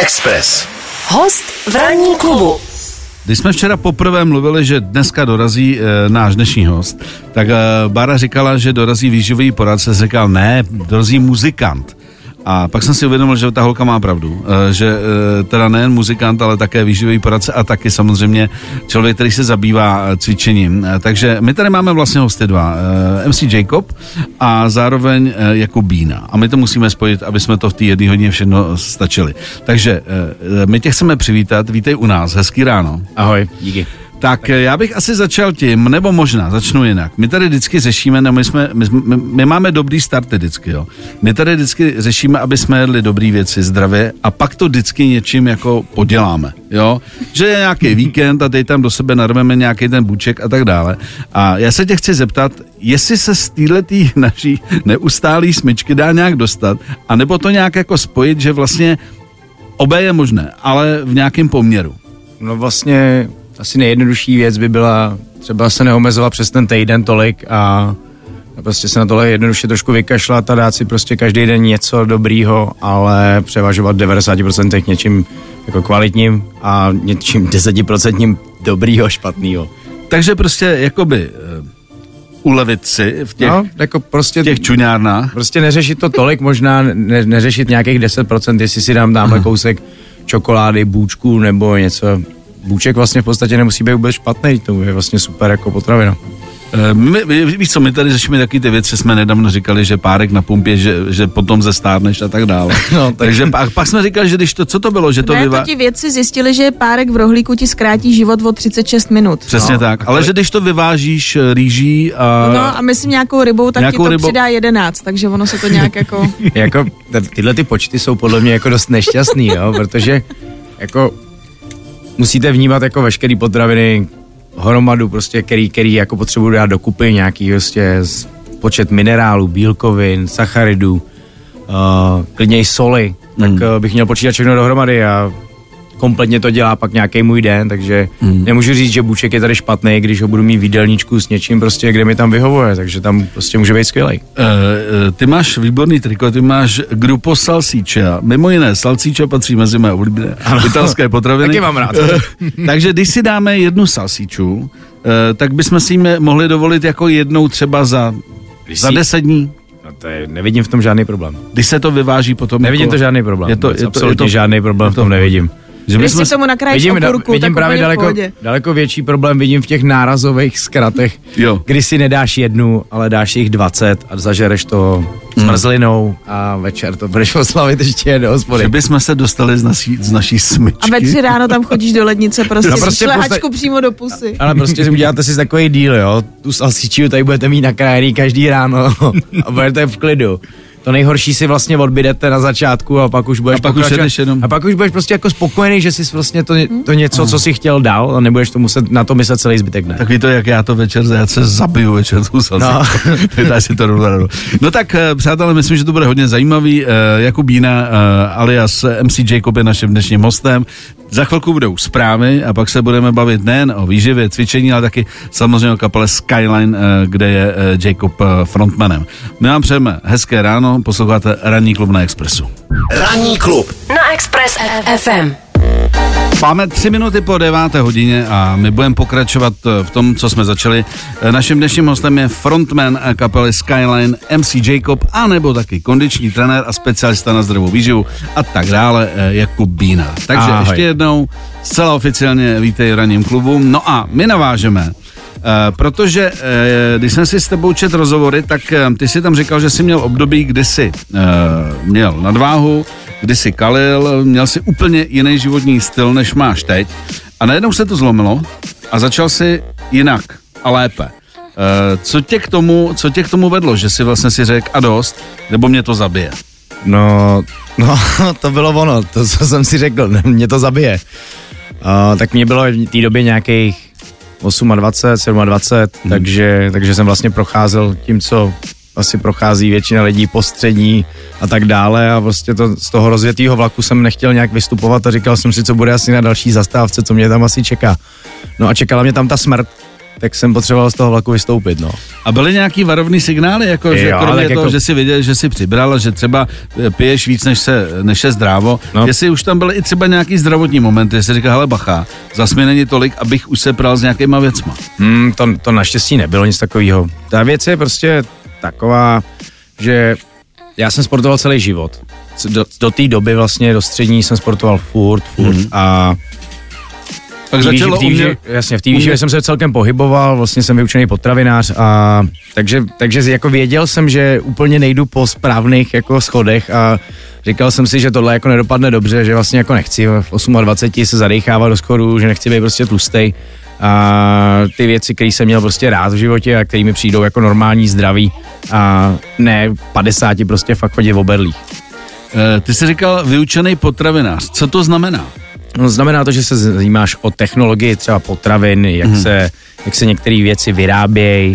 Express. Host v ranní klubu. Když jsme včera poprvé mluvili, že dneska dorazí náš dnešní host, tak Bára říkala, že dorazí výživový poradce, říkal ne, dorazí muzikant. A pak jsem si uvědomil, že ta holka má pravdu, že teda nejen muzikant, ale také výživový poradce a taky samozřejmě člověk, který se zabývá cvičením. Takže my tady máme vlastně hosty dva, MC Jacob a zároveň Jakub Bína. A my to musíme spojit, aby jsme to v té jedné hodině všechno stačili. Takže my tě chceme přivítat, vítej u nás, hezký ráno. Ahoj, díky. Tak já bych asi začal tím, nebo možná začnu jinak. My tady vždycky řešíme, no my máme dobrý starty vždycky, jo. My tady vždycky řešíme, aby jsme jedli dobrý věci, zdravě a pak to vždycky něčím jako poděláme, jo. Že je nějaký víkend a teď tam do sebe narveme nějaký ten bůček a tak dále. A já se tě chci zeptat, jestli se z téhletý naší neustálý smyčky dá nějak dostat, anebo to nějak jako spojit, že vlastně obé je možné, ale v nějakém poměru. No vlastně asi nejjednodušší věc by byla třeba se neomezovat přes ten týden tolik a prostě se na tohle jednoduše trošku vykašlat a dát si prostě každý den něco dobrýho, ale převažovat 90% něčím jako kvalitním a něčím 10% dobrýho, špatnýho. Takže prostě jakoby ulevit si v těch, no, jako prostě těch čuňárnách. Prostě neřešit to tolik, možná neřešit nějakých 10%, jestli si dám tamhle kousek čokolády, bůčku nebo něco. Bůček vlastně v podstatě nemusí být vůbec špatný, to je vlastně super jako potravina. Víš co, my tady řešíme taky ty věci, jsme nedávno říkali, že párek na pumpě, že potom zestárneš a tak dále. No, takže pak jsme říkali, že když to, co to bylo, že to to ti vědci zjistili, že párek v rohlíku ti zkrátí život o 36 minut. Přesně tak, ale že když to vyvážíš rýží a... No a myslím nějakou rybou, tak nějakou ti to přidá 11, takže ono se to nějak jako... Jako tyhle ty počty jsou podle mě jako dost nešťastný, jo, protože jako musíte vnímat jako veškerý potraviny hromadu, prostě, který jako potřebuji dát dokupy, nějaký prostě počet minerálů, bílkovin, sacharidů, klidně i soli, tak bych měl počítat všechno dohromady a kompletně to dělá pak nějaký můj den, takže nemůžu říct, že bůček je tady špatný, když ho budu mít v jídelníčku s něčím prostě, kde mi tam vyhovuje, takže tam prostě může být skvělej. Ty máš výborný triko, ty máš Gruppo Salsiccia, mimo jiné salsiccia patří mezi mé oblíbené italské potraviny. Taky mám rád. Takže když si dáme jednu salsicciu, tak bychom si ji mohli dovolit jako jednou třeba za 10 dní. No to nevidím v tom žádný problém. Když se to vyváží potom... Nevidím to žádný problém. Je to žádný problém v tom nevidím. Když si k tomu nakrájíš okurku, vidím právě daleko větší problém vidím v těch nárazových zkratech, kdy si nedáš jednu, ale dáš jich 20 a zažereš to zmrzlinou a večer to budeš oslavit ještě do hospody. Že bychom se dostali z naší smyčky. A ve 3 ráno tam chodíš do lednice, prostě šlehačku přímo do pusy. Ale prostě si uděláte si takový díl, jo, tu salsicciu tady budete mít nakrájený každý ráno a budete v klidu. To nejhorší si vlastně odbydete na začátku a pak už budeš a pak už budeš prostě jako spokojený, že jsi vlastně to něco, co jsi chtěl dál a nebudeš to muset na to myslet celý zbytek dne. Tak ví to, jak já to večer, já se zabiju večer tu salsičku. No. Si to no tak, přátelé, myslím, že to bude hodně zajímavý. Jakub Bína alias MC Jacob je naším dnešním hostem. Za chvilku budou zprávy a pak se budeme bavit nejen o výživě, cvičení, ale taky samozřejmě o kapele Skyline, kde je Jacob frontmanem. My vám přejeme hezké ráno, posloucháte Ranní klub na Expressu. Ranní klub na Express FM. Máme 3 minuty po 9. hodině a my budeme pokračovat v tom, co jsme začali. Naším dnešním hostem je frontman kapely Skyline MC Jacob, anebo taky kondiční trenér a specialista na zdravou výživu a tak dále Jakub Bína. Takže ahoj. Ještě jednou zcela oficiálně vítej v Ranním klubu. No a my navážeme, protože když jsem si s tebou četl rozhovory, tak ty si tam říkal, že jsi měl období, kdy jsi měl nadváhu, kdy jsi kalil, měl jsi úplně jiný životní styl, než máš teď a najednou se to zlomilo a začal si jinak a lépe. Co tě k tomu vedlo, že si vlastně si řekl a dost, nebo mě to zabije? No, to bylo ono, to, co jsem si řekl, mě to zabije. Tak mě bylo v té době nějakých 28, 27, takže jsem vlastně procházel tím, co asi prochází většina lidí postřední a tak dále a vlastně z toho rozjetýho vlaku jsem nechtěl nějak vystupovat a říkal jsem si, co bude asi na další zastávce, co mě tam asi čeká. No a čekala mě tam ta smrt tak jsem potřeboval z toho vlaku vystoupit, no. A byly nějaký varovný signály, jako, že kromě toho, jako... že si věděl, že si přibral, že třeba piješ víc, než je zdrávo, no. Jestli už tam byly i třeba nějaký zdravotní momenty, jestli říká, hele bacha, zas mi není tolik, abych už se pral s nějakýma věcma. To naštěstí nebylo nic takového. Ta věc je prostě taková, že já jsem sportoval celý život. Do té doby vlastně do střední jsem sportoval furt a tak začalo v té výživě jsem se celkem pohyboval, vlastně jsem vyučený potravinář a takže jako věděl jsem, že úplně nejdu po správných jako schodech a říkal jsem si, že tohle jako nedopadne dobře, že vlastně jako nechci v 28 se zadechávat do schodů, že nechci být prostě tlustej a ty věci, které jsem měl prostě rád v životě a které mi přijdou jako normální zdraví a ne 50 prostě fakt chodit v oberlích. Ty jsi říkal vyučený potravinář, co to znamená? No, znamená to, že se zajímáš o technologii třeba potravin, jak se některé věci vyrábějí,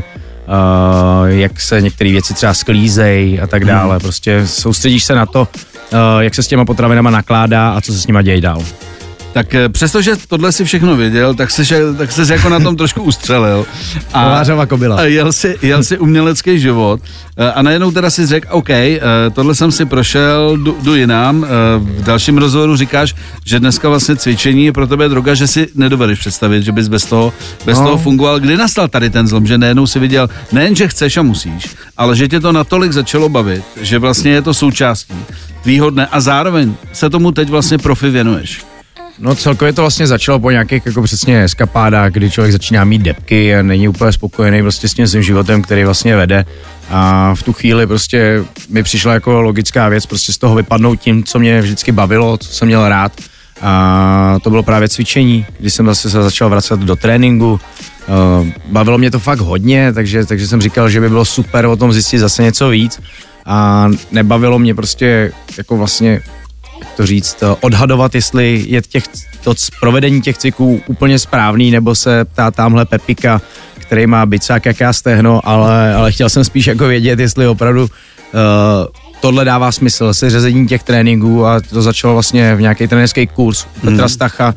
jak se některé věci třeba sklízejí a tak dále. Prostě soustředíš se na to, jak se s těma potravinama nakládá a co se s nima děje dál. Tak přestože tohle si všechno věděl, tak jsi jako na tom trošku ustřelil. Kolářova kobila. Jel si umělecký život a najednou teda si řekl, OK, tohle jsem si prošel, jdu jinam. V dalším rozhovoru říkáš, že dneska vlastně cvičení je pro tebe droga, že si nedovedeš představit, že bys bez toho fungoval. Kdy nastal tady ten zlom, že najednou si viděl, nejen, že chceš a musíš, ale že tě to natolik začalo bavit, že vlastně je to součástí tvýho dne a zároveň se tomu teď vlastně profi věnuješ. No celkově to vlastně začalo po nějakých jako přesně eskapádách, kdy člověk začíná mít depky a není úplně spokojený prostě s tím svým životem, který vlastně vede a v tu chvíli prostě mi přišla jako logická věc prostě z toho vypadnout tím, co mě vždycky bavilo, co jsem měl rád a to bylo právě cvičení, kdy jsem zase se začal vracet do tréninku, bavilo mě to fakt hodně, takže jsem říkal, že by bylo super o tom zjistit zase něco víc a nebavilo mě prostě jako vlastně to říct, odhadovat, jestli je to provedení těch cviků úplně správný, nebo se ptá tamhle Pepika, který má bicák jak já stehno, ale chtěl jsem spíš jako vědět, jestli opravdu tohle dává smysl, seřazení těch tréninků a to začalo vlastně v nějaký trenérský kurz Petra Stacha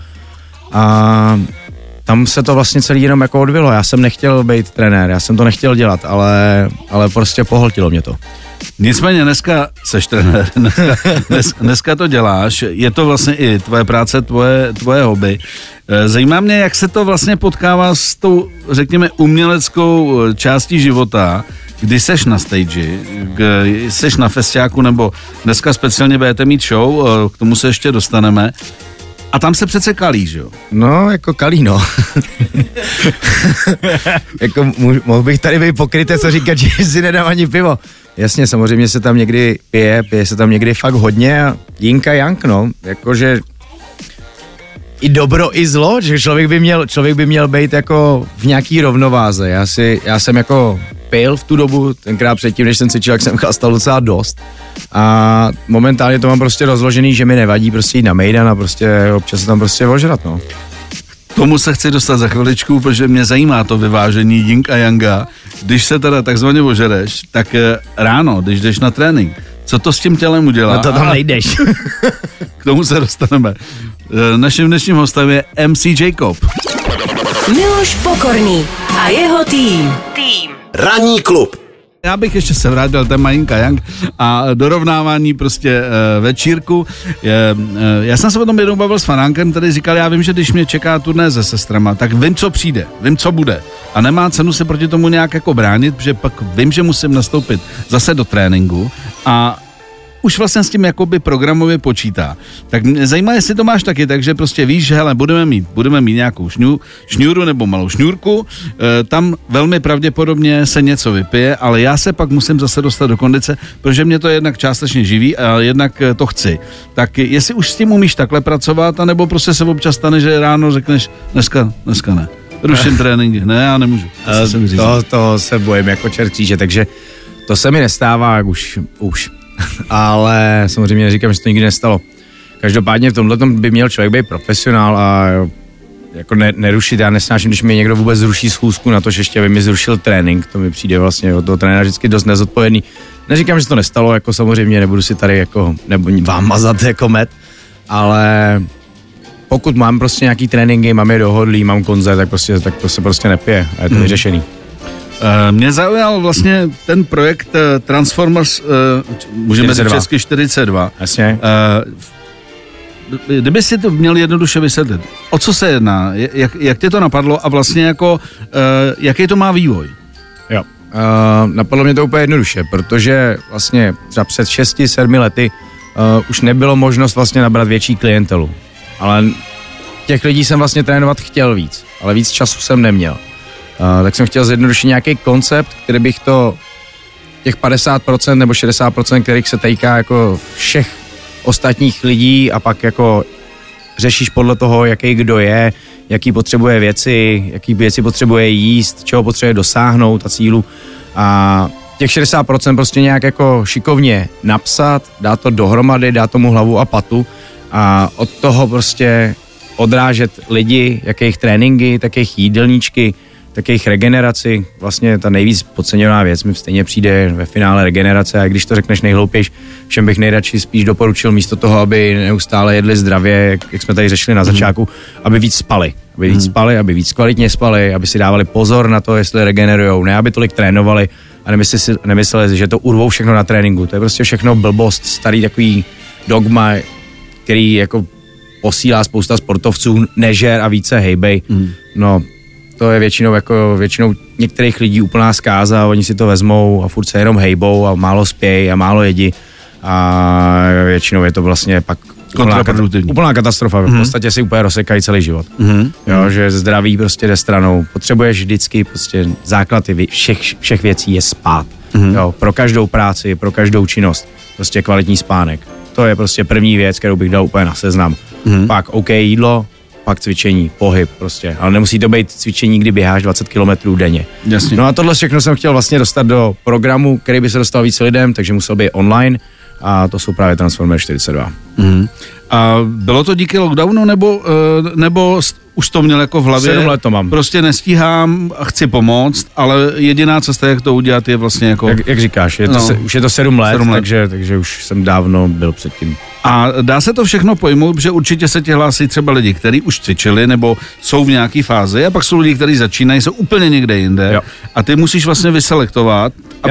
a tam se to vlastně celý jenom jako odvilo. Já jsem nechtěl být trenér, já jsem to nechtěl dělat, ale prostě pohltilo mě to. Nicméně dneska seš trenér, dneska to děláš, je to vlastně i tvoje práce, tvoje hobby. Zajímá mě, jak se to vlastně potkává s tou, řekněme, uměleckou částí života, kdy seš na stage, seš na festiáku, nebo dneska speciálně budete mít show, k tomu se ještě dostaneme. A tam se přece kalí, že jo? No, jako kalí, no. Jako mohl bych tady být pokrytec a říkat, že si nedám ani pivo. Jasně, samozřejmě se tam někdy pije se tam někdy fakt hodně a yin a yang, no. Jakože i dobro, i zlo, že člověk by měl být jako v nějaký rovnováze. Já jsem jako pil v tu dobu, tenkrát předtím, než jsem cvičil, jak jsem chlastal docela dost. A momentálně to mám prostě rozložený, že mi nevadí prostě jít na mejdan a prostě občas se tam prostě ožrat, no. Tomu se chci dostat za chviličku, protože mě zajímá to vyvážení yin a yanga. Když se teda takzvaně ožereš, tak ráno, když jdeš na trénink, co to s tím tělem udělá? No to tam nejdeš. K tomu se dostaneme. Naším dnešním hostem je MC Jacob. Miloš Pokorný a jeho tým. Ranní klub. Já bych ještě se vrátil téma yin a yang a dorovnávání prostě večírku. Já jsem se o tom jednou bavil s Fanánkem, který říkal, já vím, že když mě čeká turné se sestrama, tak vím, co přijde, vím, co bude. A nemá cenu se proti tomu nějak jako bránit, protože pak vím, že musím nastoupit zase do tréninku a už vlastně s tím jakoby programově počítá. Tak mě zajímá, jestli to máš taky, takže prostě víš, že hele, budeme mít nějakou šňůru nebo malou šňůrku, tam velmi pravděpodobně se něco vypije, ale já se pak musím zase dostat do kondice, protože mě to jednak částečně živí a jednak to chci. Tak jestli už s tím umíš takhle pracovat, anebo prostě se občas stane, že ráno řekneš, dneska ne. Ruším tréninky. Ne, já nemůžu. To se bojím jako čertíže, takže to se mi nestává už. Ale samozřejmě neříkám, že to nikdy nestalo. Každopádně v tomhle by měl člověk být profesionál a jako nerušit. Já nesnáším, když mi někdo vůbec zruší schůzku na to, že ještě by mi zrušil trénink. To mi přijde vlastně od toho trenéra vždycky dost nezodpovědný. Neříkám, že to nestalo, jako samozřejmě nebudu si tady jako nebo vám mazat jako med, ale pokud mám prostě nějaký tréninky, mám je dohodlý, mám konze, tak to se prostě nepije a je to vyřešený. Mě zaujal vlastně ten projekt Transformers, můžeme říct česky 42. Jasně. Kdyby si to měl jednoduše vysvětlit, o co se jedná, jak tě to napadlo a vlastně jako, jaký to má vývoj? Jo, napadlo mě to úplně jednoduše, protože vlastně třeba před 6-7 lety už nebylo možnost vlastně nabrat větší klientelu, ale těch lidí jsem vlastně trénovat chtěl víc, ale víc času jsem neměl. Tak jsem chtěl zjednodušit nějaký koncept, který bych to těch 50% nebo 60%, kterých se týká jako všech ostatních lidí a pak jako řešíš podle toho, jaký kdo je, jaký potřebuje věci, jaký věci potřebuje jíst, čeho potřebuje dosáhnout a cílu. A těch 60% prostě nějak jako šikovně napsat, dát to dohromady, dát tomu hlavu a patu a od toho prostě odrážet lidi, jakých tréninky, takých jídelníčky, takých regeneraci, vlastně ta nejvíc podceňovaná věc mi stejně přijde ve finále regenerace a když to řekneš nejhloupějš, všem bych nejradši spíš doporučil místo toho, aby neustále jedli zdravě, jak jsme tady řešili na začátku, aby víc spali. Aby víc kvalitně spali, aby si dávali pozor na to, jestli regenerujou, ne aby tolik trénovali a nemysleli, že to urvou všechno na tréninku. To je prostě všechno blbost, starý takový dogma, který jako posílá spousta sportovců, nežer a více hejbej. No, to je většinou některých lidí úplná zkáza, oni si to vezmou a furt se jenom hejbou a málo spějí a málo jedí a většinou je to vlastně pak úplná katastrofa. V podstatě si úplně rozsekají celý život. Jo, že zdraví prostě jde stranou. Potřebuješ vždycky prostě základ všech věcí je spát. Jo, pro každou práci, pro každou činnost. Prostě kvalitní spánek. To je prostě první věc, kterou bych dal úplně na seznam. Pak OK jídlo, pak cvičení, pohyb prostě. Ale nemusí to být cvičení, kdy běháš 20 km denně. Jasně. No a tohle všechno jsem chtěl vlastně dostat do programu, který by se dostal více lidem, takže musel být online a to jsou právě Transformers 42. A bylo to díky lockdownu, nebo už to měl jako v hlavě? 7 let to mám. Prostě nestíhám a chci pomoct, ale jediná cesta, jak to udělat, je vlastně jako... Jak říkáš, už je to 7 let. Takže už jsem dávno byl předtím. A dá se to všechno pojmout, že určitě se tě hlásí třeba lidi, kteří už cvičili nebo jsou v nějaké fázi a pak jsou lidi, kteří začínají, jsou úplně někde jinde. Jo. A ty musíš vlastně vyselektovat,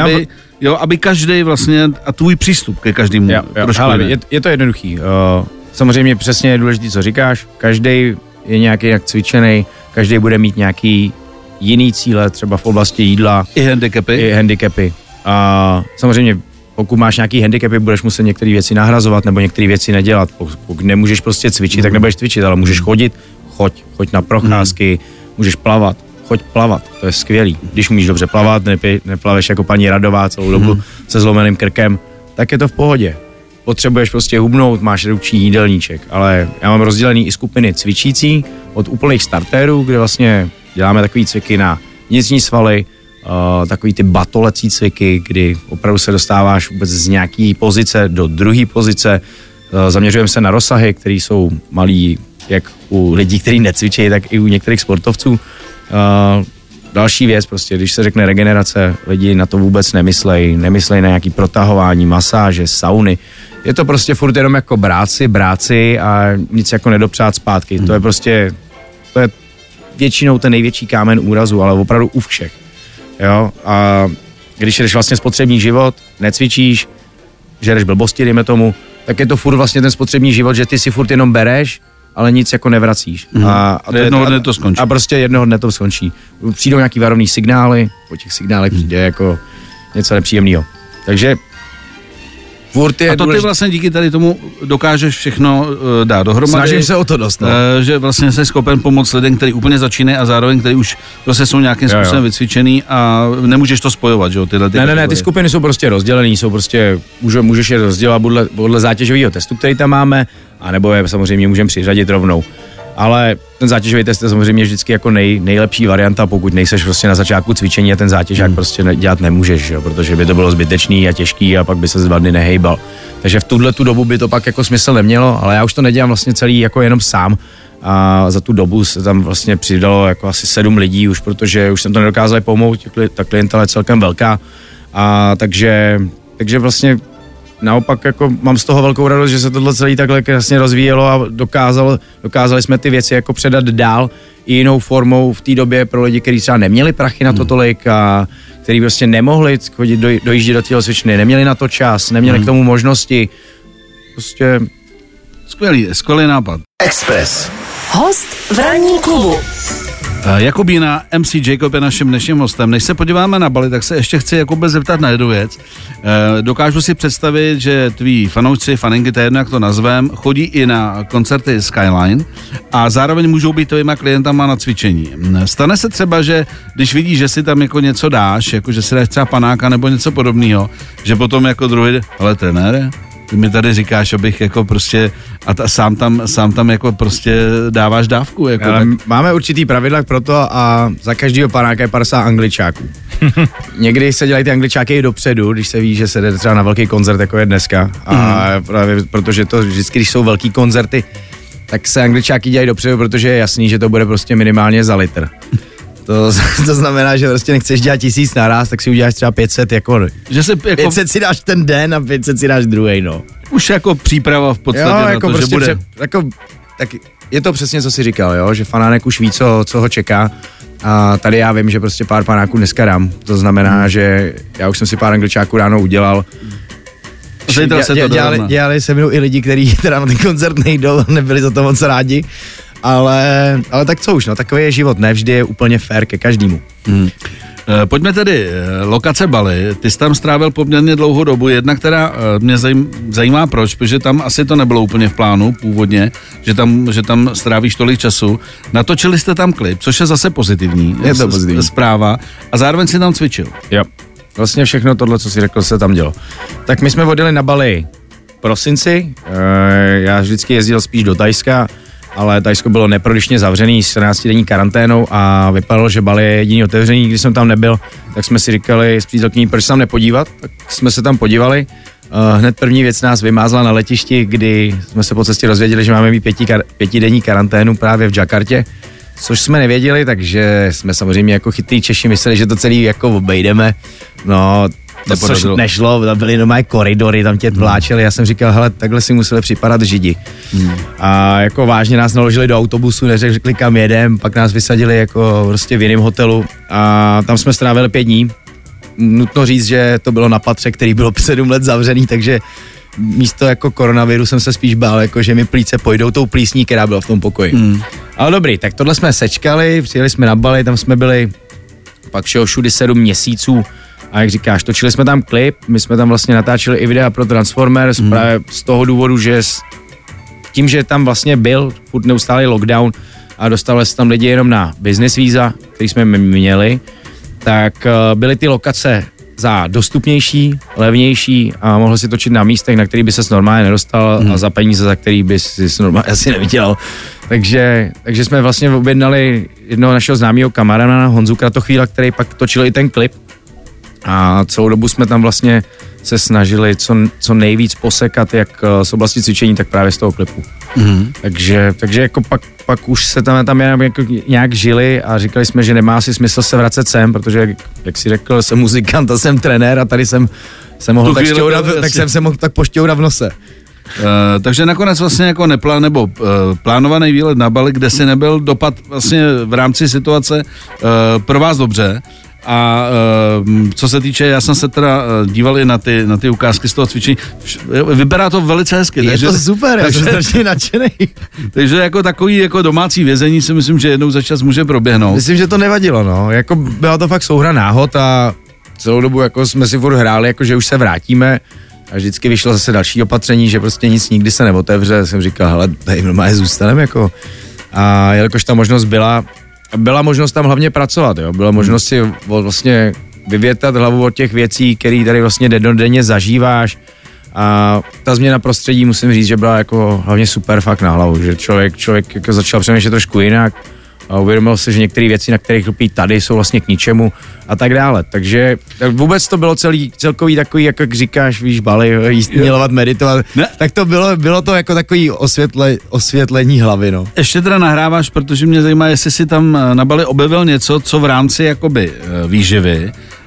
aby každý vlastně a tvůj přístup ke každému trošku je to jednoduchý. Samozřejmě přesně je důležité, co říkáš. Každý je nějaký jak cvičený, každý bude mít nějaký jiný cíle, třeba v oblasti jídla. I handicapy. A samozřejmě pokud máš nějaký handicapy, budeš muset některé věci nahrazovat nebo některé věci nedělat. Pokud nemůžeš prostě cvičit, tak nebudeš cvičit, ale můžeš chodit, choď na procházky, můžeš plavat, choď plavat, to je skvělý. Když umíš dobře plavat, neplaveš jako paní Radová celou dobu se zlomeným krkem, tak je to v pohodě. Potřebuješ prostě hubnout, máš redukční jídelníček, ale já mám rozdělený i skupiny cvičící od úplných startérů, kde vlastně děláme takový cviky na vnitřní svaly, takový ty batolecí cviky, kdy opravdu se dostáváš vůbec z nějaký pozice do druhé pozice. Zaměřujeme se na rozsahy, které jsou malý jak u lidí, kteří necvičí, tak i u některých sportovců. Další věc, prostě, když se řekne regenerace, lidi na to vůbec nemyslejí na nějaký protahování, masáže, sauny. Je to prostě furt jenom jako bráci a nic jako nedopřát zpátky. To je většinou ten největší kámen úrazu, ale opravdu u všech. Jo? A když jdeš vlastně spotřební život, necvičíš, žereš blbosti, dejme tomu, tak je to furt vlastně ten spotřební život, že ty si furt jenom bereš, ale nic jako nevracíš. A jednoho dne to skončí. A prostě jednoho dne to skončí. Přijdou nějaký varovný signály, po těch signálech přijde jako něco nepříjemného. Takže furt je a to ty vlastně díky tady tomu dokážeš všechno dát dohromady. Snažím se o to dost. Že vlastně jsi schopen pomoct lidem, kteří úplně začínají a zároveň, kteří už prostě jsou nějakým způsobem vycvičený a nemůžeš to spojovat, že jo? Ne, ty skupiny jsou prostě rozdělený, můžeš je rozdělat podle zátěžového testu, který tam máme, anebo je samozřejmě můžeme přiřadit rovnou. Ale ten zátěžový test je samozřejmě vždycky jako nejlepší varianta, pokud nejseš prostě na začátku cvičení a ten zátěžák prostě dělat nemůžeš, jo, protože by to bylo zbytečný a těžký a pak by se 2 dny nehejbal. Takže v tu dobu by to pak jako smysl nemělo, ale já už to nedělám vlastně celý jako jenom sám a za tu dobu se tam vlastně přidalo jako asi 7 lidí už, protože už jsem to nedokázal pomoct, ta klientela je celkem velká a takže vlastně naopak jako mám z toho velkou radost, že se tohle celý takhle krásně rozvíjelo a dokázali jsme ty věci jako předat dál i jinou formou v té době pro lidi, kteří třeba neměli prachy na to tolik a kteří prostě nemohli chodit dojíždět do tělocvičny, neměli na to čas, neměli k tomu možnosti. Prostě skvělý nápad. Express. Host v ranní klubu. Jakubína, MC Jacob je naším dnešním hostem. Než se podíváme na Bali, tak se ještě chci Jakube zeptat na jednu věc. Dokážu si představit, že tví fanoušci, faninky, to je jedno, jak to nazvem, chodí i na koncerty Skyline a zároveň můžou být tvojima klientama na cvičení. Stane se třeba, že když vidíš, že si tam jako něco dáš, jako že si dáš třeba panáka nebo něco podobného, že potom jako druhý, ale trenére, ty mi tady říkáš, abych jako prostě a sám tam jako prostě dáváš dávku. Jako tak. Máme určitý pravidla pro to a za každýho panáka je 50 angličáků. Někdy se dělají ty angličáky i dopředu, když se ví, že se jde třeba na velký koncert, jako je dneska. A právě protože to vždycky, když jsou velký koncerty, tak se angličáky dělají dopředu, protože je jasný, že to bude prostě minimálně za litr. To znamená, že prostě nechceš dělat 1000 naraz, tak si uděláš třeba 500, jako 500 si dáš ten den a 500 si dáš druhej, no. Už jako příprava v podstatě jo, na jako to, prostě že bude. Tak je to přesně, co jsi říkal, jo, že fanánek už ví, co ho čeká. A tady já vím, že prostě pár panáků dneska dám. To znamená, že já už jsem si pár angličáků ráno udělal. Dělali se mnou i lidi, kteří teda na ten koncert nejdou, nebyli za to moc rádi. Ale tak co už, no, takový je život, ne vždy je úplně fair ke každému. Pojďme tedy, lokace Bali, ty jsi tam strávil poměrně dlouhou dobu, jedna, která mě zajímá proč, protože tam asi to nebylo úplně v plánu původně, že tam strávíš tolik času. Natočili jste tam klip, což je zase pozitivní, je to pozitivní zpráva a zároveň si tam cvičil. Jo, vlastně všechno tohle, co jsi řekl, se tam dělo. Tak my jsme odjeli na Bali v prosinci, já vždycky jezdil spíš do Thajska, ale Thajsko bylo neprodyšně zavřený s 14denní karanténou a vypadalo, že Bali je jediný otevřený. Když jsem tam nebyl, tak jsme si říkali s přítelkyní, proč se tam nepodívat, tak jsme se tam podívali. Hned první věc nás vymázla na letišti, kdy jsme se po cestě dozvěděli, že máme mít 5denní karanténu právě v Jakartě, což jsme nevěděli, takže jsme samozřejmě jako chytrý Češi mysleli, že to celý jako obejdeme. No, to což nešlo, byly normální koridory, tam tě vláčeli, já jsem říkal, hele, takhle si museli připadat Židi. A jako vážně nás naložili do autobusu, neřekli kam jedem, pak nás vysadili jako prostě v jiném hotelu a tam jsme strávili 5 dní. Nutno říct, že to bylo na patře, který bylo 7 let zavřený, takže místo jako koronaviru jsem se spíš bál, jako že mi plíce pojdou tou plísní, která byla v tom pokoji. Ale dobrý, tak tohle jsme sečkali, přijeli jsme na Bali, tam jsme byli pak všude 7 měsíců. A jak říkáš, točili jsme tam klip, my jsme tam vlastně natáčeli i videa pro Transformers, právě z toho důvodu, že tím, že tam vlastně byl furt neustálý lockdown a dostali se tam lidi jenom na business víza, který jsme měli, tak byly ty lokace za dostupnější, levnější a mohl si točit na místech, na který by ses normálně nedostal a za peníze, za který by si normálně asi nevydělal. Takže jsme vlastně objednali jednoho našeho známého kamaráda, Honzu Kratochvíla, který pak točil i ten klip. A celou dobu jsme tam vlastně se snažili co nejvíc posekat, jak z oblasti cvičení, tak právě z toho klipu. Takže jako pak už se tam jako nějak žili a říkali jsme, že nemá si smysl se vracet sem, protože, jak si řekl, jsem muzikant a jsem trenér a tady jsem mohl jsem se mohl tak pošťourat v nose. Takže nakonec vlastně jako plánovaný výlet na Bali, kde si nebyl dopad vlastně v rámci situace pro vás dobře. A co se týče, já jsem se teda díval i na ty ukázky z toho cvičení, vypadá to velice hezky. Je to super, já jsem strašně nadšenej. Takže jako takový jako domácí vězení si myslím, že jednou za čas může proběhnout. Myslím, že to nevadilo, no, jako byla to fakt souhra náhod a celou dobu jako jsme si furt hráli, jako že už se vrátíme a vždycky vyšlo zase další opatření, že prostě nic nikdy se neotevře, jsem říkal, hele, tady normálně zůstaneme jako a jelikož ta možnost byla možnost tam hlavně pracovat, jo? Byla možnost si vlastně vyvětat hlavu od těch věcí, které tady vlastně dennodenně zažíváš a ta změna prostředí, musím říct, že byla jako hlavně super fakt na hlavu, že člověk jako začal přemýšlet trošku jinak a uvědomil se, že některé věci, na kterých lpí tady, jsou vlastně k ničemu a tak dále. Takže vůbec to bylo celkový takový, jak říkáš, víš, Bali, jíst, milovat, meditovat, ne? Tak to bylo to jako takový osvětlení hlavy, no. Ještě teda nahráváš, protože mě zajímá, jestli si tam na Bali objevil něco, co v rámci jakoby výživy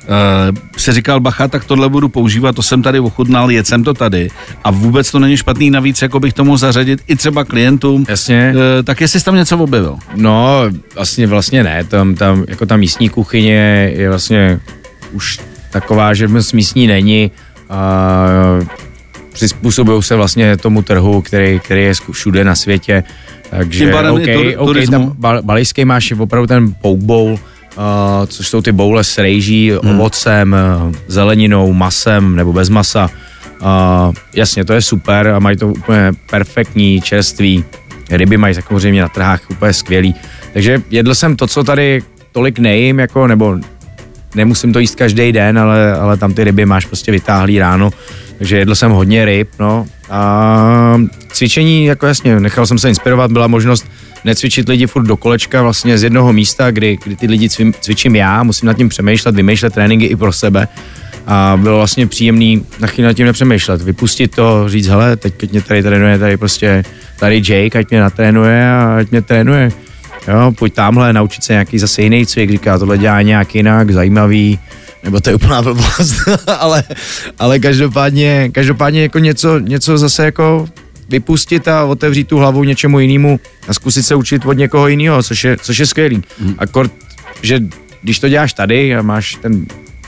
si říkal, bacha, tak tohle budu používat, to jsem tady ochutnal, jedl jsem to tady a vůbec to není špatný, navíc jako bych to mohl zařadit i třeba klientům. Jasně. Tak jestli jsi tam něco objevil? No, vlastně ne, tam jako ta místní kuchyně je vlastně už taková, že moc místní není a přizpůsobují se vlastně tomu trhu, který je všude na světě, takže tam balijský máš opravdu ten poke bowl, což jsou ty boule s rejží, ovocem, zeleninou, masem nebo bez masa. Jasně, to je super a mají to úplně perfektní, čerstvý. Ryby mají samozřejmě na trhách úplně skvělý. Takže jedl jsem to, co tady tolik nejím, jako, nebo nemusím to jíst každý den, ale tam ty ryby máš prostě vytáhlý ráno. Takže jedl jsem hodně ryb, no. A cvičení, jako jasně, nechal jsem se inspirovat, byla možnost necvičit lidi furt do kolečka vlastně z jednoho místa, kdy ty lidi cvičím já, musím nad tím přemýšlet, vymýšlet tréninky i pro sebe. A bylo vlastně příjemný na chvíli nad tím nepřemýšlet, vypustit to, říct, hele, teď mě tady trénuje, tady Jake, ať mě natrénuje a ať mě trénuje. Jo, pojď tamhle naučit se nějaký zase jiný cvik, říká, tohle dělá nějak jinak, zajímavý, nebo to je úplná blbost, ale každopádně jako něco zase jako vypustit a otevřít tu hlavu něčemu jinému a zkusit se učit od někoho jiného, což je skvělý. Akord, že když to děláš tady a máš ten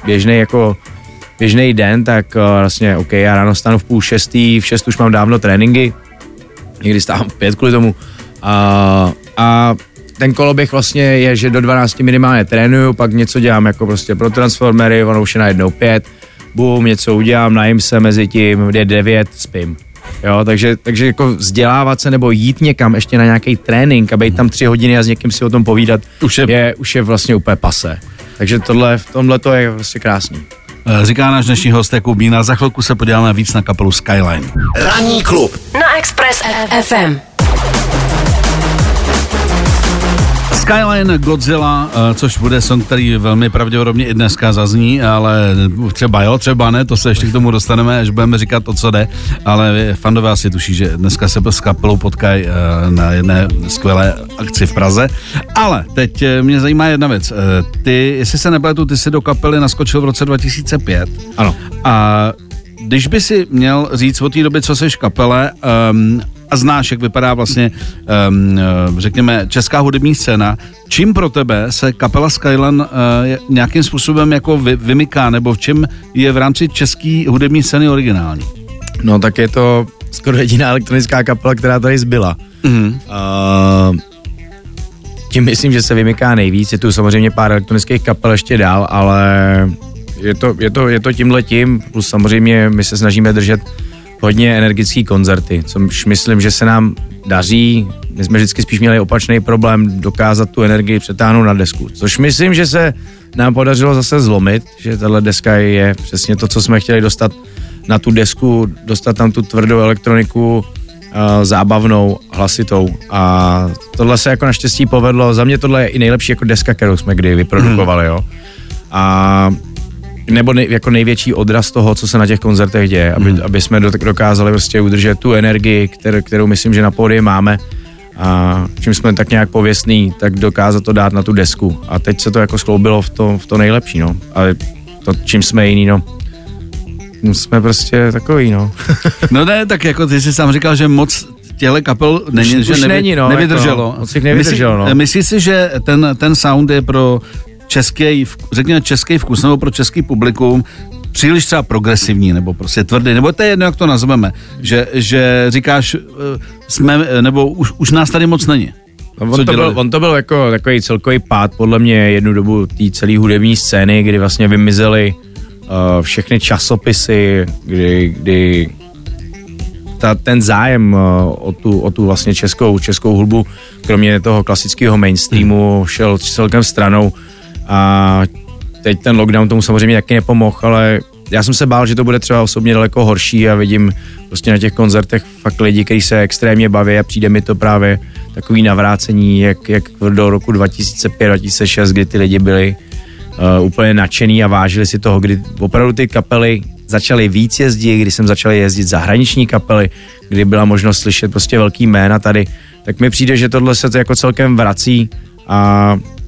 běžný den, tak vlastně OK, já ráno stanu v 5:30, v 6 už mám dávno tréninky, někdy stávám v 5 kvůli tomu a ten koloběh vlastně je, že do 12 minimálně trénuju, pak něco dělám jako prostě pro transformery, ono už je najednou 5, bum, něco udělám, najím se mezi tím, je 9, spím. Jo, takže jako vzdělávat se nebo jít někam ještě na nějaký trénink a být tam 3 hodiny a s někým si o tom povídat, už je vlastně úplně pase. Takže v tomhle to je vlastně krásný. Říká náš dnešní host Jakub Mína, za chvilku se podíváme víc na kapelu Skyline. Ranní klub na Express FM. Skyline Godzilla, což bude song, který velmi pravděpodobně i dneska zazní, ale třeba jo, třeba ne, to se ještě k tomu dostaneme, až budeme říkat o co jde, ale fandové asi tuší, že dneska se s kapelou potkají na jedné skvělé akci v Praze. Ale teď mě zajímá jedna věc. Ty, jestli se nepletu, ty jsi do kapely naskočil v roce 2005. Ano. A když by si měl říct od té doby, co seš v kapele, a znáš, jak vypadá vlastně, řekněme, česká hudební scéna, čím pro tebe se kapela Skyline nějakým způsobem jako vymyká, nebo v čem je v rámci české hudební scény originální? No tak je to skoro jediná elektronická kapela, která tady zbyla. Tím myslím, že se vymyká nejvíc, je tu samozřejmě pár elektronických kapel ještě dál, ale je to tímhletím, plus samozřejmě my se snažíme držet hodně energický koncerty, což myslím, že se nám daří. My jsme vždycky spíš měli opačný problém dokázat tu energii přetáhnout na desku, což myslím, že se nám podařilo zase zlomit, že tahle deska je přesně to, co jsme chtěli dostat na tu desku, dostat tam tu tvrdou elektroniku, zábavnou, hlasitou a tohle se jako naštěstí povedlo. Za mě tohle je i nejlepší jako deska, kterou jsme kdy vyprodukovali, jo. A nebo jako největší odraz toho, co se na těch koncertech děje, aby jsme dokázali prostě udržet tu energii, kterou myslím, že na pódiu máme a čím jsme tak nějak pověstný, tak dokázat to dát na tu desku a teď se to jako skloubilo v to nejlepší, no. Ale to, čím jsme jiný, no. Jsme prostě takový, no. No ne, tak jako ty jsi sám říkal, že moc těhle kapel není, že nevydrželo. Jako, moc nevydrželo, no. Myslíš si, že ten sound je pro český vkus nebo pro český publikum příliš třeba progresivní nebo prostě tvrdý, nebo to je jedno, jak to nazveme, že říkáš, nebo už nás tady moc není. On to byl jako takový celkový pád, podle mě jednu dobu té celé hudební scény, kdy vlastně vymizely všechny časopisy, kdy ten zájem o tu vlastně českou hudbu, kromě toho klasického mainstreamu, šel celkem stranou. A teď ten lockdown tomu samozřejmě taky nepomohl, ale já jsem se bál, že to bude třeba osobně daleko horší a vidím prostě na těch koncertech fakt lidi, kteří se extrémně baví a přijde mi to právě takový navrácení, jak do roku 2005-2006, kdy ty lidi byli úplně nadšený a vážili si toho, kdy opravdu ty kapely začaly víc jezdit, kdy jsem začal jezdit zahraniční kapely, kdy byla možnost slyšet prostě velký jména tady, tak mi přijde, že tohle se to jako celkem vrací a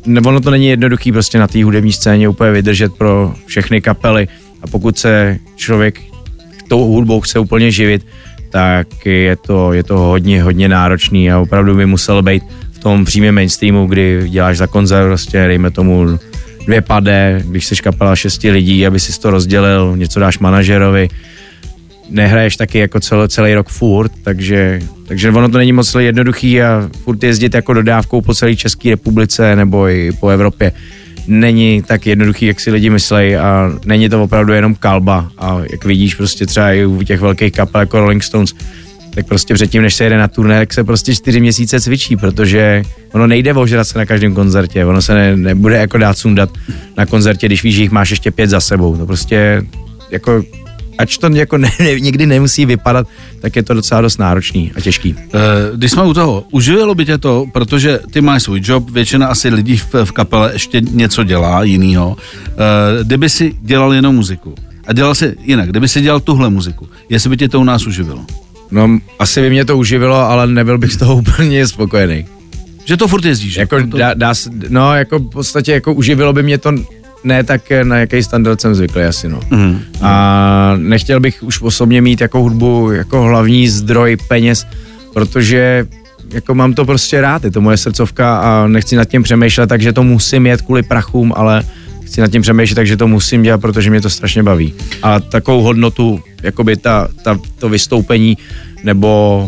ono to není jednoduchý prostě na té hudební scéně úplně vydržet pro všechny kapely a pokud se člověk tou hudbou chce úplně živit, tak je to hodně náročný a opravdu by musel být v tom přímém mainstreamu, kdy děláš za koncert prostě, dejme tomu 2 padé, když jsi kapela 6 lidí, aby si to rozdělil, něco dáš manažerovi, nehraješ taky jako celý rok furt, takže ono to není moc jednoduchý a furt jezdit jako dodávkou po celé České republice nebo i po Evropě není tak jednoduchý, jak si lidi myslejí a není to opravdu jenom kalba a jak vidíš prostě třeba i u těch velkých kapel jako Rolling Stones, tak prostě předtím, než se jede na turné, tak se prostě 4 měsíce cvičí, protože ono nejde ožrat se na každém koncertě, ono se nebude jako dát sundat na koncertě, když víš, že jich máš ještě 5 za sebou, to prostě jako ač to jako nikdy nemusí vypadat, tak je to docela dost náročný a těžký. Když jsme u toho, uživilo by tě to, protože ty máš svůj job, většina asi lidí v kapele ještě něco dělá jinýho. Kdyby si dělal jenom muziku a dělal si jinak, kdyby si dělal tuhle muziku, jestli by tě to u nás uživilo? No, asi by mě to uživilo, ale nebyl bych z toho úplně spokojený. Že to furt jezdíš? Jako jako v podstatě jako uživilo by mě to ne tak, na jaký standard jsem zvyklý asi, no. A nechtěl bych už osobně mít jako hudbu jako hlavní zdroj peněz, protože jako mám to prostě rád, je to moje srdcovka a nechci nad tím přemýšlet, takže to musím jet kvůli prachům, ale chci nad tím přemýšlet, takže to musím dělat, protože mě to strašně baví. A takovou hodnotu, jakoby to vystoupení nebo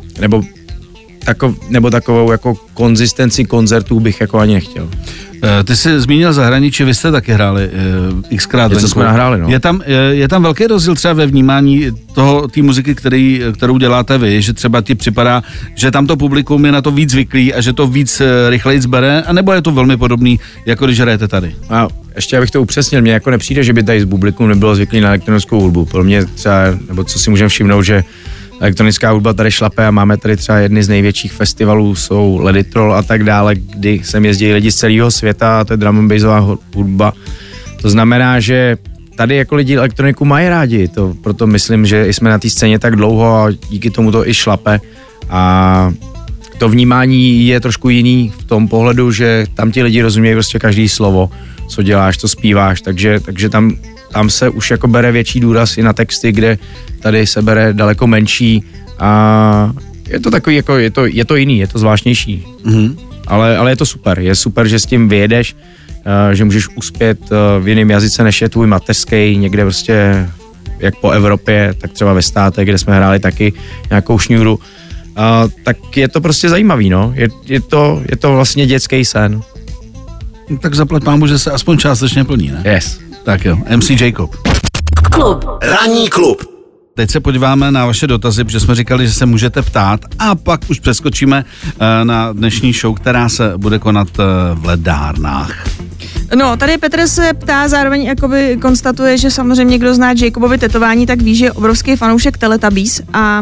takovou jako konzistenci koncertů bych jako ani nechtěl. Ty jsi zmínil zahraničí, vy jste taky hráli xkrát venku. Co jsme nahráli, no. Je tam velký rozdíl třeba ve vnímání té muziky, kterou děláte vy, že třeba ti připadá, že tam to publikum je na to víc zvyklý a že to víc rychleji zbere, anebo je to velmi podobný, jako když hrajete tady? A ještě abych to upřesnil, mně jako nepřijde, že by tady z publikum nebylo zvyklý na elektronickou hudbu. Pro mě třeba, nebo co si můžeme všimnout, že elektronická hudba tady šlape a máme tady třeba jedny z největších festivalů, jsou Let It Roll a tak dále, kdy sem jezdí lidi z celého světa a to je drum and bassová hudba. To znamená, že tady jako lidi elektroniku mají rádi, proto myslím, že jsme na té scéně tak dlouho a díky tomu to i šlape a to vnímání je trošku jiný v tom pohledu, že tam ti lidi rozumějí prostě každý slovo, co děláš, co zpíváš, takže tam se už jako bere větší důraz i na texty, kde tady se bere daleko menší a je to takový, jako je to jiný, je to zvláštnější. Ale je to super, že s tím vyjedeš, že můžeš uspět v jiném jazyce, než je tvůj mateřský, někde prostě jak po Evropě, tak třeba ve státech, kde jsme hráli taky nějakou šňůru, tak je to prostě zajímavý, no. Je to vlastně dětský sen. Tak zaplať pámu, že se aspoň částečně plní, ne? Yes. Tak jo, MC Jacob. Ranní klub. Teď se podíváme na vaše dotazy, protože jsme říkali, že se můžete ptát a pak už přeskočíme na dnešní show, která se bude konat v ledárnách. No, tady Petr se ptá, zároveň jakoby konstatuje, že samozřejmě kdo zná Jacobovi tetování, tak ví, že je obrovský fanoušek Teletubbies a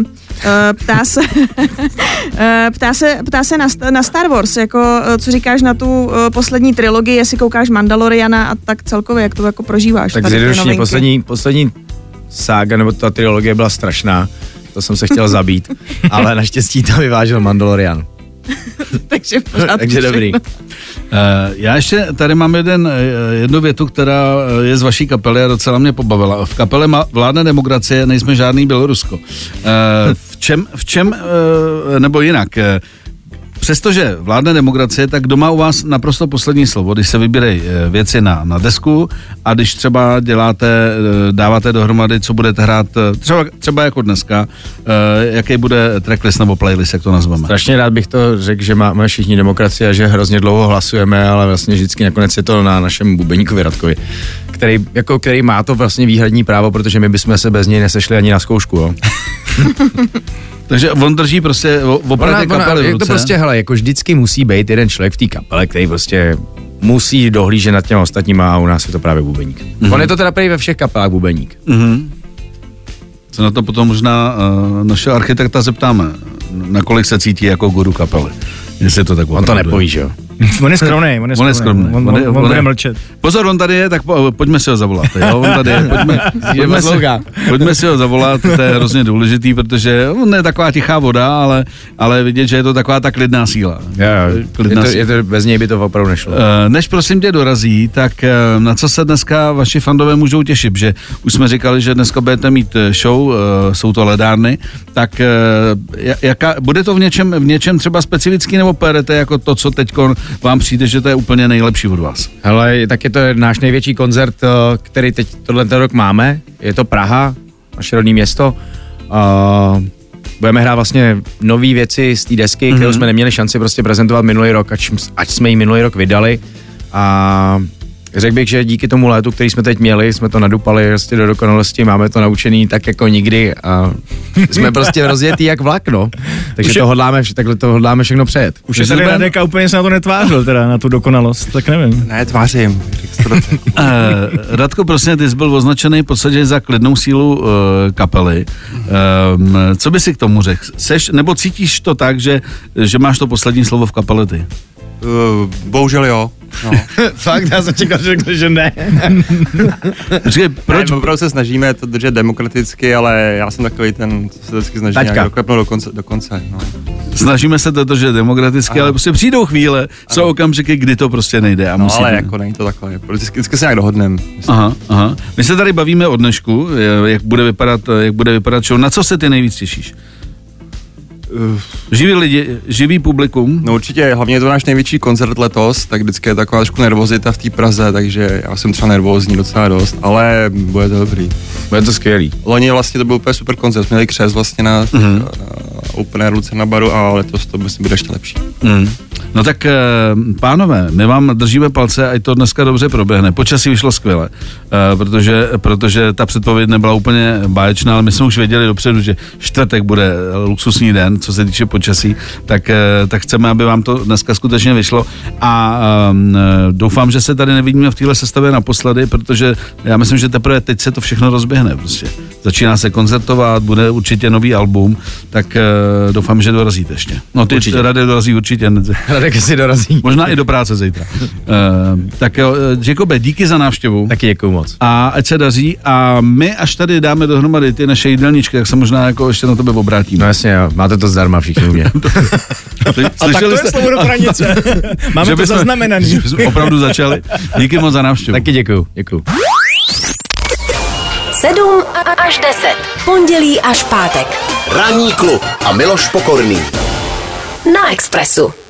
ptá se na Star Wars, jako co říkáš na tu poslední trilogii, jestli koukáš Mandaloriana a tak celkově, jak to jako prožíváš. Tak zjednodušeně poslední sága, nebo ta trilogie byla strašná, to jsem se chtěl zabít, ale naštěstí to vyvážel Mandalorian. Takže dobrý. Já ještě tady mám jednu větu, která je z vaší kapely a docela mě pobavila. V kapele vládne demokracie, nejsme žádný Bělorusko. V čem nebo jinak, přestože vládne demokracie, tak kdo má u vás naprosto poslední slovo, když se vybírají věci na desku a když třeba dáváte dohromady, co budete hrát, třeba jako dneska, jaký bude tracklist nebo playlist, jak to nazveme. Strašně rád bych to řekl, že máme všichni demokracie a že hrozně dlouho hlasujeme, ale vlastně vždycky nakonec je to na našem bubeníkovi Radkovi, který má to vlastně výhradní právo, protože my bychom se bez něj nesešli ani na zkoušku, jo. Takže on drží prostě opravdu kapely v ruce. To prostě, hele, jako vždycky musí být jeden člověk v té kapele, který prostě musí dohlížet nad těma ostatníma a u nás je to právě bubeník. On je to teda prý ve všech kapelách bubeník. Co na to potom možná našeho architekta zeptáme, nakolik se cítí jako guru kapely. Jestli to tak on to nepoví, že jo? On je skromný, on bude mlčet. Pozor, on tady je, tak pojďme si ho zavolat. Jo? On tady je, pojďme si ho zavolat, to je hrozně důležitý, protože on je taková tichá voda, ale vidět, že je to taková ta klidná síla. Je to bez něj by to opravdu nešlo. Než prosím tě dorazí, tak na co se dneska vaši fandové můžou těšit, že už jsme říkali, že dneska budete mít show, jsou to ledárny, tak bude to v něčem třeba specifický, nebo perete jako to, co teď vám přijde, že to je úplně nejlepší od vás? Hele, tak je to náš největší koncert, který teď tohle rok máme, je to Praha, naše rodné město. Budeme hrát vlastně nové věci z té desky, kterou jsme neměli šanci prostě prezentovat minulý rok, ať jsme ji minulý rok vydali. A řekl bych, že díky tomu létu, který jsme teď měli, jsme to nadupali prostě do dokonalosti, máme to naučený tak jako nikdy a jsme prostě rozjetý jak vlak, no. Takže takhle to hodláme všechno přejet. Už je tady Radek a úplně se na to netvářil, teda na tu dokonalost, tak nevím. Ne, tvářím. Radko, prosím, ty jsi byl označený v podstatě za klidnou sílu kapely. Co by si k tomu řekl? Nebo cítíš to tak, že máš to poslední slovo v kapele ty? Bohužel jo. No. Fakt, já jsem čekal, že ne. Proč? Opravdu se snažíme to držet demokraticky, ale já jsem takový ten, co se vždycky snaží nějak doklepnout do konce. No. Snažíme se to držet demokraticky, ale prostě přijdou chvíle, jsou okamžiky, kdy to prostě nejde. A ale jako není to takhle. Vždycky se nějak dohodneme. Aha. My se tady bavíme o dnešku, jak bude vypadat show. Na co se ty nejvíc těšíš? Živí lidi, živý publikum? No určitě, hlavně je to náš největší koncert letos, tak vždycky je taková trošku nervozita v té Praze, takže já jsem třeba nervózní docela dost, ale bude to dobrý. Bude to skvělý. Loni vlastně to byl úplně super koncert, měli křest vlastně na Open Air Lucerna baru a letos to myslím bude ještě lepší. No tak pánové, my vám držíme palce, ať to dneska dobře proběhne. Počasí vyšlo skvěle, protože ta předpověď nebyla úplně báječná, ale my jsme už věděli dopředu, že čtvrtek bude luxusní den, co se týče počasí, tak chceme, aby vám to dneska skutečně vyšlo a doufám, že se tady nevidíme v téhle sestavě naposledy, protože já myslím, že teprve teď se to všechno rozběhne prostě. Začíná se koncertovat, bude určitě nový album, tak doufám, že dorazíte ještě. No ty Radek dorazí určitě. Radek si dorazí. Možná i do práce zítra. Tak jo, Jacobe, díky za návštěvu. Taky děkuju moc. A ať se daří a my až tady dáme dohromady ty naše jídelníčky, tak se možná jako ještě na tebe obrátíme. No jasně, jo. Máte to zdarma všichni u mě. A tak to je slovo do hranice. Máme to zaznamenaný. Opravdu začali. Díky moc za návštěvu. Taky děkuju. 7 až 10. Pondělí až pátek. Ranní klub a Miloš Pokorný. Na Expressu.